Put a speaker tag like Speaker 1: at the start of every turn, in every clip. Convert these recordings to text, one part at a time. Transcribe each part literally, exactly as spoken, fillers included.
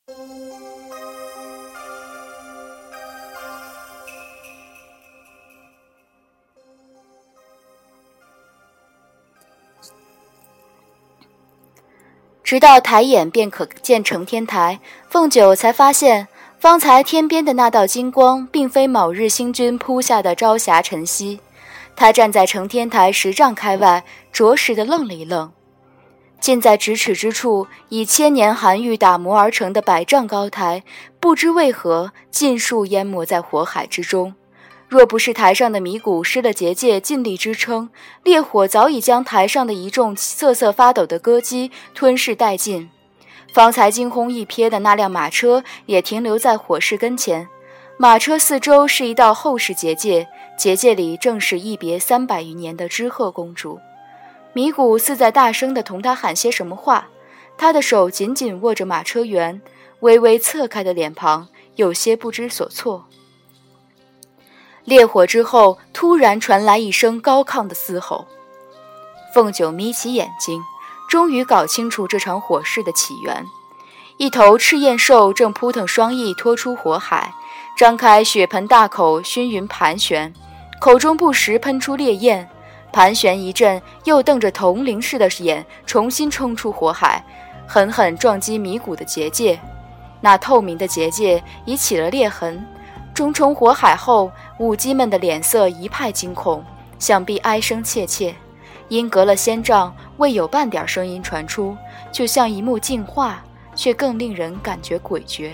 Speaker 1: 直到抬眼便可见承天台，凤九才发现方才天边的那道金光并非卯日星君铺下的朝霞晨曦。他站在承天台十丈开外，着实的愣了一愣。近在咫尺之处，以千年寒玉打磨而成的百丈高台，不知为何尽数淹没在火海之中。若不是台上的迷谷施了结界尽力支撑，烈火早已将台上的一众瑟瑟发抖的歌姬吞噬殆尽。方才惊鸿一瞥的那辆马车也停留在火势跟前，马车四周是一道厚实结界，结界里正是一别三百余年的知鹤公主。迷谷似在大声地同她喊些什么话，她的手紧紧握着马车辕，微微侧开的脸庞有些不知所措。烈火之后，突然传来一声高亢的嘶吼。凤九眯起眼睛，终于搞清楚这场火势的起源。一头赤焰兽正扑腾双翼拖出火海，张开血盆大口熏云盘旋，口中不时喷出烈焰，盘旋一阵，又瞪着铜铃似的眼重新冲出火海，狠狠撞击迷谷的结界。那透明的结界已起了裂痕，重重火海后，舞姬们的脸色一派惊恐，想必哀声切切，因隔了仙丈，未有半点声音传出，就像一幕镜画，却更令人感觉诡谲。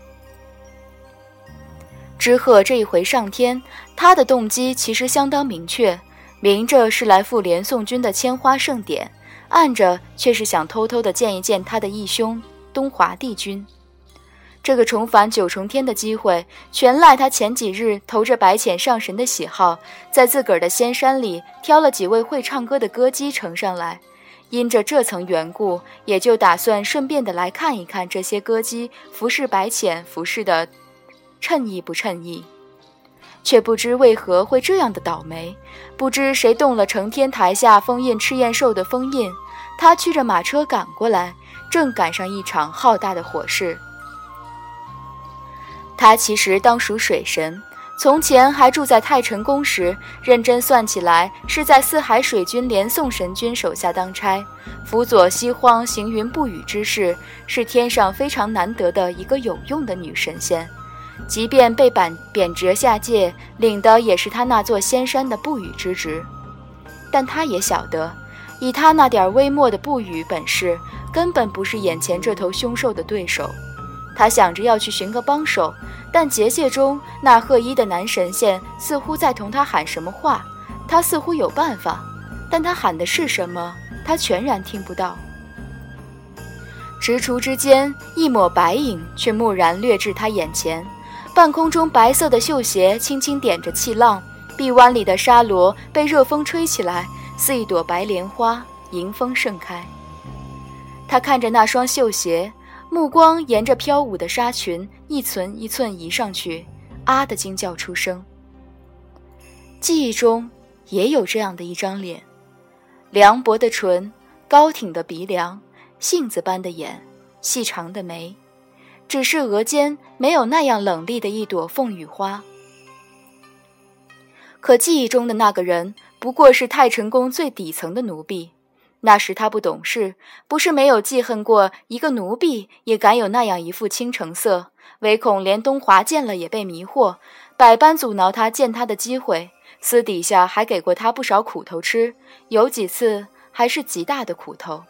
Speaker 1: 知鹤这一回上天，他的动机其实相当明确，明着是来赴连宋军的千花盛典，暗着却是想偷偷地见一见他的义兄东华帝君。这个重返九重天的机会，全赖他前几日投着白浅上神的喜好，在自个儿的仙山里挑了几位会唱歌的歌姬呈上来。因着这层缘故，也就打算顺便的来看一看这些歌姬服侍白浅服侍的称意不称意。却不知为何会这样的倒霉，不知谁动了承天台下封印赤焰兽的封印，他驱着马车赶过来，正赶上一场浩大的火势。他其实当属水神，从前还住在太晨宫时，认真算起来是在四海水军连宋神君手下当差，辅佐西荒行云布雨之事，是天上非常难得的一个有用的女神仙。即便被贬贬谪下界，领的也是他那座仙山的布雨之职。但他也晓得，以他那点微末的布雨本事，根本不是眼前这头凶兽的对手。他想着要去寻个帮手，但结界中那褐衣的男神仙似乎在同他喊什么话，他似乎有办法，但他喊的是什么，他全然听不到。踟蹰之间，一抹白影却蓦然掠至他眼前，半空中白色的绣鞋轻轻点着气浪，臂弯里的纱罗被热风吹起来，似一朵白莲花迎风盛开。他看着那双绣鞋，目光沿着飘舞的纱裙一寸一寸移上去，啊的惊叫出声。记忆中也有这样的一张脸，凉薄的唇，高挺的鼻梁，杏子般的眼，细长的眉，只是额间没有那样冷厉的一朵凤羽花。可记忆中的那个人不过是太晨宫最底层的奴婢，那时他不懂事，不是没有记恨过一个奴婢也敢有那样一副倾城色，唯恐连东华见了也被迷惑，百般阻挠他见他的机会，私底下还给过他不少苦头吃，有几次还是极大的苦头。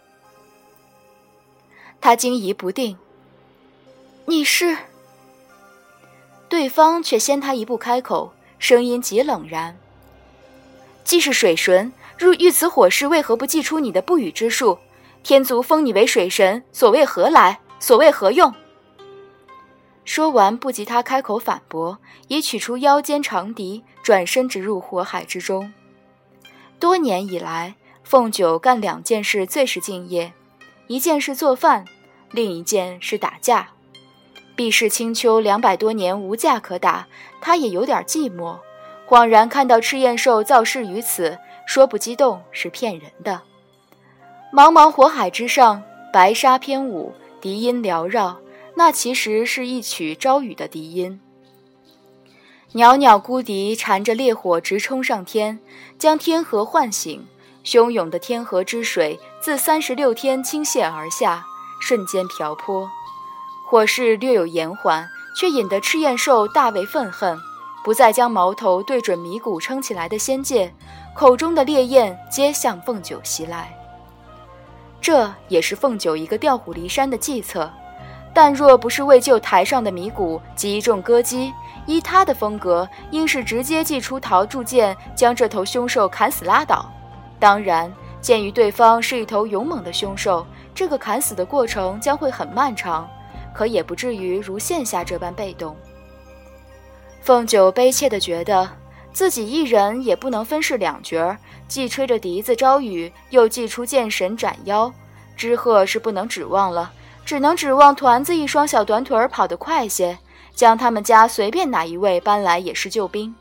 Speaker 1: 他惊疑不定，你是？对方却先他一步开口，声音极冷然，既是水神，如遇此火势，为何不祭出你的不语之术？天族封你为水神，所谓何来？所谓何用？说完不及他开口反驳，已取出腰间长笛，转身直入火海之中。多年以来，凤九干两件事最是敬业，一件是做饭，另一件是打架。毕氏青丘两百多年无架可打，他也有点寂寞。恍然看到赤焰兽造势于此，说不激动是骗人的。茫茫火海之上，白沙翩舞，笛音缭绕， 那其实是一曲朝雨的笛音。袅袅孤笛缠着烈火直冲上天，将天河唤醒，汹涌的天河之水自三十六天倾泻而下，瞬间瓢泼。火势略有延缓，却引得赤焰兽大为愤恨，不再将矛头对准米谷撑起来的仙界，口中的烈焰皆向凤九袭来。这也是凤九一个调虎离山的计策，但若不是为救台上的米谷及一众歌姬，依他的风格，应是直接祭出桃铸剑，将这头凶兽砍死拉倒。当然，鉴于对方是一头勇猛的凶兽，这个砍死的过程将会很漫长，可也不至于如现下这般被动。凤九悲切地觉得，自己一人也不能分饰两角，既吹着笛子招雨，又祭出剑神斩妖，知鹤是不能指望了，只能指望团子一双小短腿儿跑得快些，将他们家随便哪一位搬来也是救兵。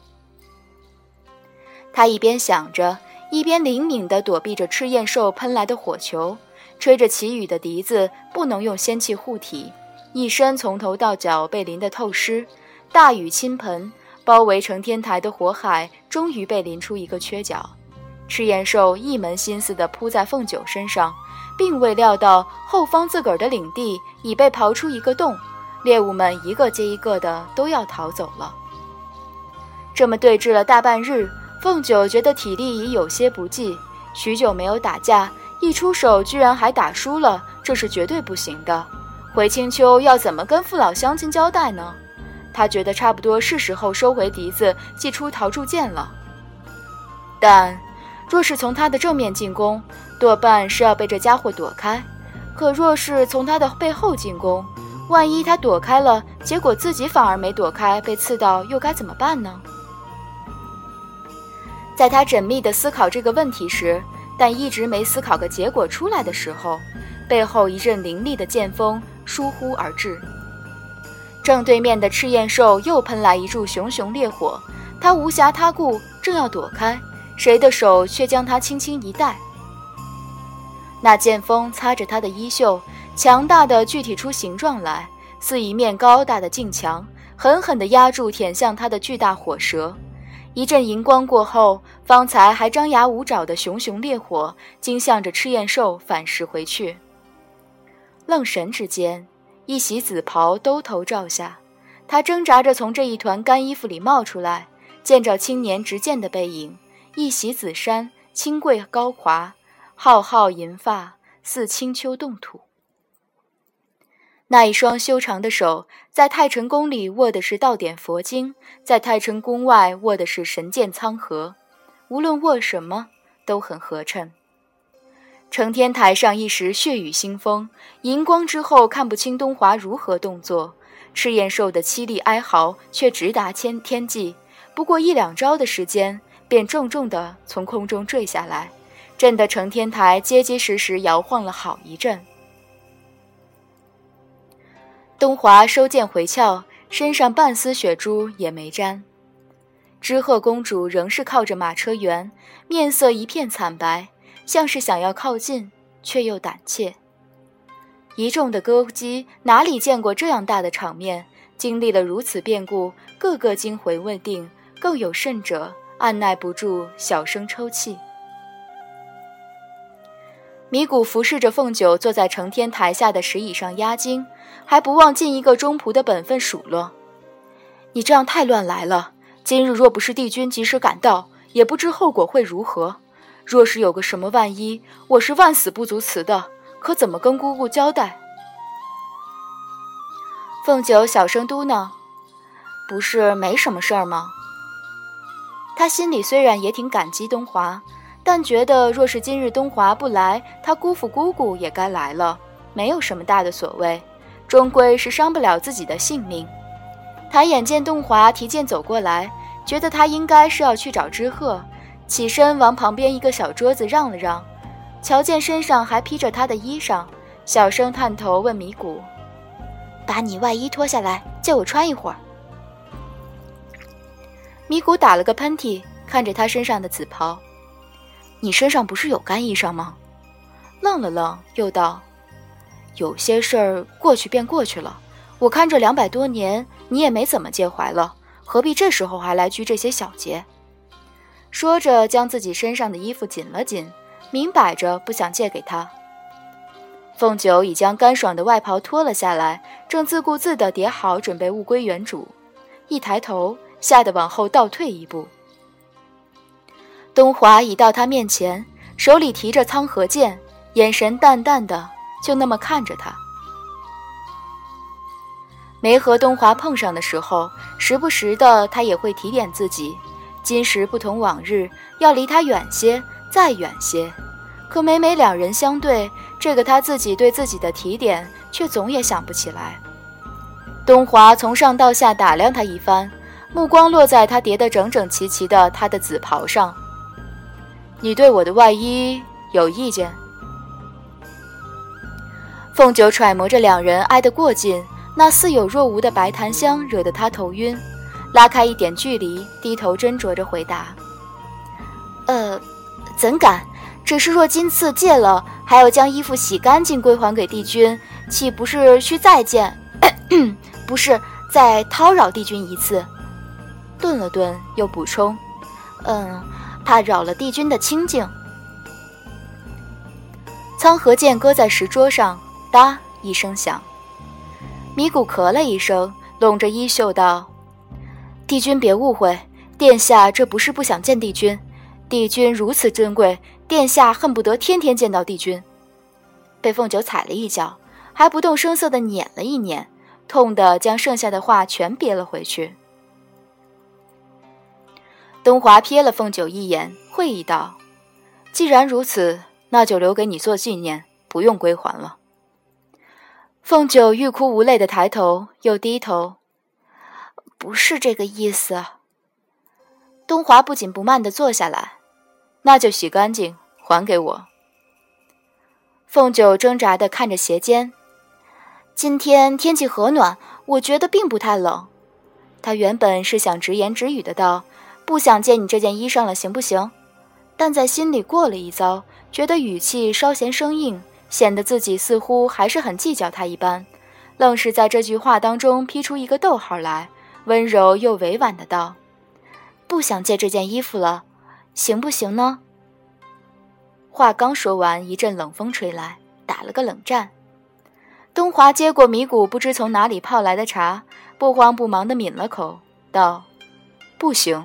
Speaker 1: 他一边想着，一边灵敏地躲避着赤焰兽喷来的火球，吹着祈雨的笛子不能用仙气护体，一身从头到脚被淋得透湿，大雨倾盆，包围成天台的火海终于被淋出一个缺角。赤焰兽一门心思地扑在凤九身上，并未料到后方自个儿的领地已被刨出一个洞，猎物们一个接一个的都要逃走了。这么对峙了大半日，凤九觉得体力已有些不济，许久没有打架，一出手居然还打输了，这是绝对不行的。回青丘要怎么跟父老乡亲交代呢？他觉得差不多是时候收回笛子，祭出桃铸剑了。但若是从他的正面进攻，多半是要被这家伙躲开，可若是从他的背后进攻，万一他躲开了，结果自己反而没躲开，被刺到又该怎么办呢？在他缜密地思考这个问题时，但一直没思考个结果出来的时候，背后一阵凌厉的剑锋疏忽而至。正对面的赤焰兽又喷来一柱熊熊烈火，他无暇他顾，正要躲开，谁的手却将他轻轻一带。那剑锋擦着他的衣袖，强大的具体出形状来，似一面高大的镜墙，狠狠地压住舔向他的巨大火舌。一阵银光过后，方才还张牙舞爪的熊熊烈火惊向着赤焰兽反噬回去。愣神之间，一袭紫袍兜头照下，他挣扎着从这一团干衣服里冒出来，见着青年执剑的背影，一袭紫衫，清贵高华，浩浩银发，似青丘冻土。那一双修长的手，在太晨宫里握的是道典佛经，在太晨宫外握的是神剑苍河，无论握什么都很合衬。承天台上一时血雨腥风，银光之后看不清东华如何动作，赤焰兽的凄厉哀嚎却直达天天际，不过一两招的时间，便重重地从空中坠下来，震得承天台结结实实摇晃了好一阵。东华收剑回鞘，身上半丝血珠也没沾。知鹤公主仍是靠着马车辕，面色一片惨白，像是想要靠近，却又胆怯。一众的歌姬哪里见过这样大的场面，经历了如此变故，个个惊魂未定，更有甚者按耐不住小声抽泣。米谷服侍着凤九坐在承天台下的石椅上压惊，还不忘尽一个中仆的本分数落：你这样太乱来了，今日若不是帝君及时赶到，也不知后果会如何。若是有个什么万一，我是万死不足辞的，可怎么跟姑姑交代？凤九小声嘟囔：不是没什么事儿吗？他心里虽然也挺感激东华，但觉得若是今日东华不来，他姑父姑姑也该来了，没有什么大的所谓，终归是伤不了自己的性命。他眼见东华提剑走过来，觉得他应该是要去找知鹤，起身往旁边一个小桌子让了让，瞧见身上还披着他的衣裳，小声探头问米谷：把你外衣脱下来，借我穿一会儿。米谷打了个喷嚏，看着他身上的紫袍：你身上不是有干衣裳吗？愣了愣，又道：有些事儿过去便过去了， 我看这两百多年你也没怎么介怀了，何必这时候还来拘这些小节？说着将自己身上的衣服紧了紧，明摆着不想借给他。凤九已将干爽的外袍脱了下来，正自顾自地叠好准备物归原主，一抬头吓得往后倒退一步。东华已到他面前，手里提着苍河剑，眼神淡淡的就那么看着他。没和东华碰上的时候，时不时的他也会提点自己，今时不同往日，要离他远些，再远些。可每每两人相对，这个他自己对自己的提点却总也想不起来。东华从上到下打量他一番，目光落在他叠得整整齐齐的他的紫袍上。你对我的外衣有意见？凤九揣摩着两人挨得过近，那似有若无的白檀香惹得他头晕，拉开一点距离，低头斟酌着回答：呃，怎敢，只是若今次借了，还要将衣服洗干净归还给帝君，岂不是需再见不是再叨扰帝君一次？顿了顿又补充：嗯，怕扰了帝君的清静。苍河剑搁在石桌上，哒一声响。米谷咳了一声，拢着衣袖道：帝君别误会，殿下这不是不想见帝君，帝君如此珍贵，殿下恨不得天天见到帝君。被凤九踩了一脚，还不动声色地碾了一碾，痛得将剩下的话全憋了回去。东华瞥了凤九一眼，会意道：既然如此，那就留给你做纪念，不用归还了。凤九欲哭无泪地抬头，又低头：不是这个意思。东华不紧不慢地坐下来：那就洗干净，还给我。凤九挣扎地看着鞋尖：今天天气和暖，我觉得并不太冷。他原本是想直言直语的道：不想借你这件衣裳了，行不行？但在心里过了一遭，觉得语气稍嫌生硬，显得自己似乎还是很计较他一般，愣是在这句话当中批出一个逗号来，温柔又委婉的道：不想借这件衣服了，行不行呢？话刚说完，一阵冷风吹来，打了个冷战。东华接过米谷不知从哪里泡来的茶，不慌不忙地抿了口，道：不行。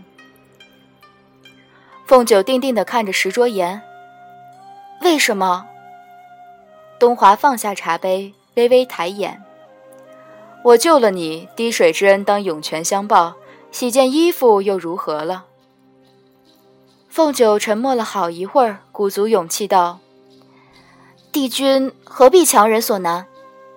Speaker 1: 凤九定定地看着石桌沿：为什么？东华放下茶杯，微微抬眼：我救了你，滴水之恩当涌泉相报，洗件衣服又如何了？凤九沉默了好一会儿，鼓足勇气道：帝君何必强人所难？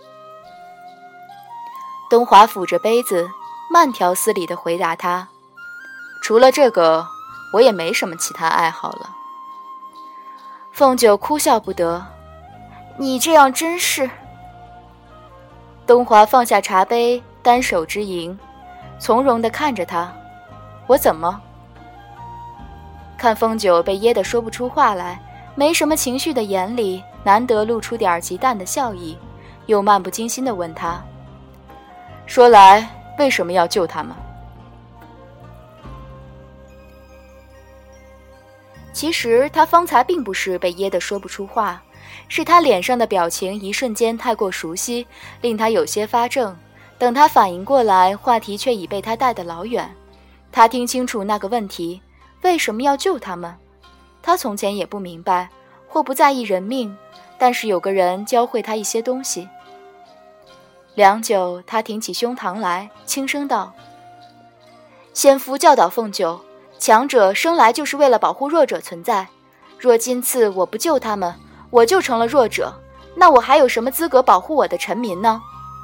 Speaker 1: 东华抚着杯子，慢条斯理地回答他：除了这个，我也没什么其他爱好了。凤九哭笑不得：你这样真是……东华放下茶杯，单手支盈，从容地看着他：我怎么？看凤九被噎得说不出话来，没什么情绪的眼里难得露出点极淡的笑意，又漫不经心地问他：说来为什么要救他们？其实他方才并不是被噎得说不出话，是他脸上的表情一瞬间太过熟悉，令他有些发怔。等他反应过来，话题却已被他带得老远。他听清楚那个问题，为什么要救他们？他从前也不明白，或不在意人命，但是有个人教会他一些东西。良久，他挺起胸膛来，轻声道：先夫教导凤九，强者生来就是为了保护弱者存在，若今次我不救他们，我就成了弱者，那我还有什么资格保护我的臣民呢？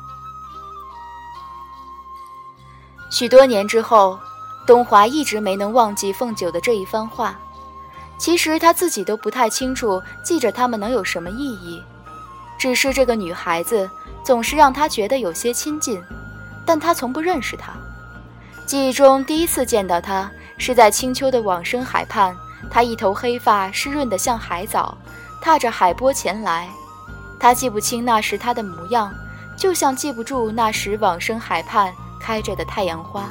Speaker 1: 许多年之后，东华一直没能忘记凤九的这一番话。其实他自己都不太清楚记着他们能有什么意义，只是这个女孩子总是让他觉得有些亲近，但他从不认识她。记忆中第一次见到她是在清秋的往生海畔，她一头黑发湿润得像海藻，踏着海波前来。他记不清那时她的模样， 就像记不住那时往生海畔开着的太阳花。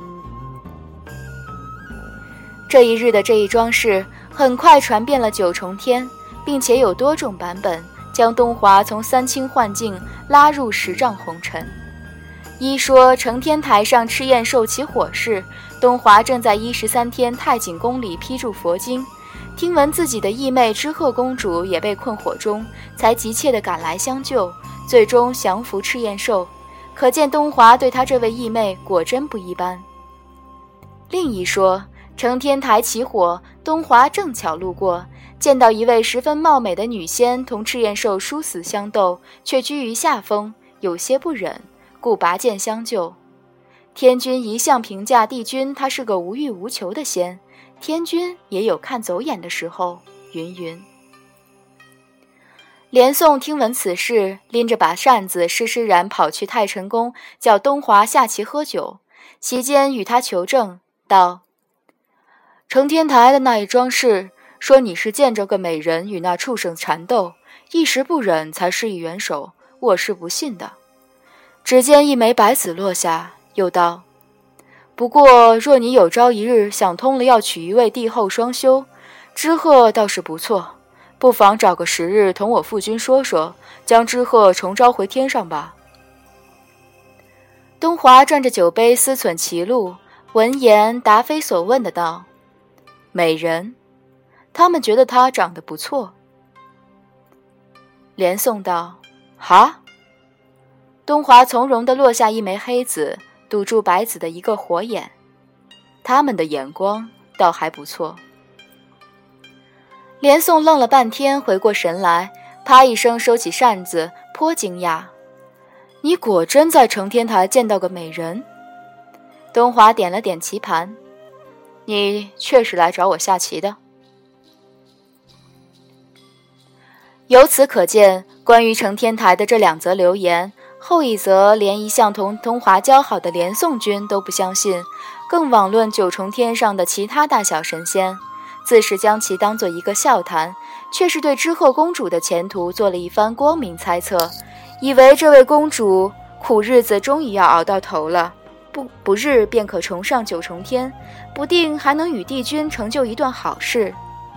Speaker 1: 这一日的这一桩事很快传遍了九重天，并且有多种版本将东华从三清幻境拉入十丈红尘。一说承天台上赤焰兽起火时，东华正在一十三天太景宫里批注佛经，听闻自己的义妹知鹤公主也被困火中，才急切地赶来相救，最终降服赤焰兽。可见东华对他这位义妹果真不一般。另一说，承天台起火，东华正巧路过，见到一位十分貌美的女仙同赤焰兽殊死相斗，却居于下风，有些不忍，故拔剑相救。天君一向评价帝君他是个无欲无求的仙，天君也有看走眼的时候，云云。连宋听闻此事，拎着把扇子施施然跑去太晨宫，叫东华下棋喝酒，席间与他求证道：承天台的那一桩事，说你是见着个美人与那畜生缠斗，一时不忍才施以援手，我是不信的。只见一枚白子落下，又道：不过若你有朝一日想通了要娶一位帝后双修，知鹤倒是不错，不妨找个时日同我父君说说，将知鹤重召回天上吧。东华转着酒杯思忖歧路，闻言答非所问的道：美人，他们觉得她长得不错。连宋道：哈？东华从容地落下一枚黑子，堵住白子的一个火眼，他们的眼光倒还不错。连宋愣了半天，回过神来，啪一声收起扇子，颇惊讶：你果真在承天台见到个美人？东华点了点棋盘：你确实来找我下棋的。由此可见，关于承天台的这两则流言，后一则连一向同东华交好的连宋君都不相信，更妄论九重天上的其他大小神仙，自是将其当作一个笑谈，却是对知鹤公主的前途做了一番光明猜测，以为这位公主苦日子终于要熬到头了，不不日便可重上九重天，不定还能与帝君成就一段好事。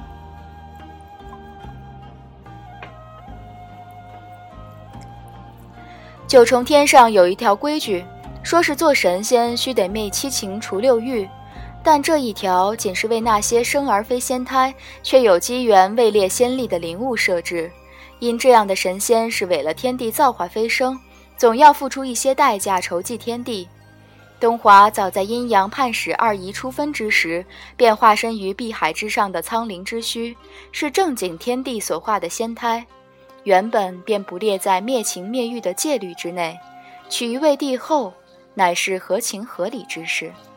Speaker 1: 九重天上有一条规矩，说是做神仙须得灭七情除六欲，但这一条仅是为那些生而非仙胎却有机缘位列仙力的灵物设置，因这样的神仙是违了天地造化飞升，总要付出一些代价酬祭天地。东华早在阴阳判使二仪初分之时，便化身于碧海之上的苍灵之躯，是正经天地所化的仙胎，原本便不列在灭情灭欲的戒律之内，娶一位帝后乃是合情合理之事。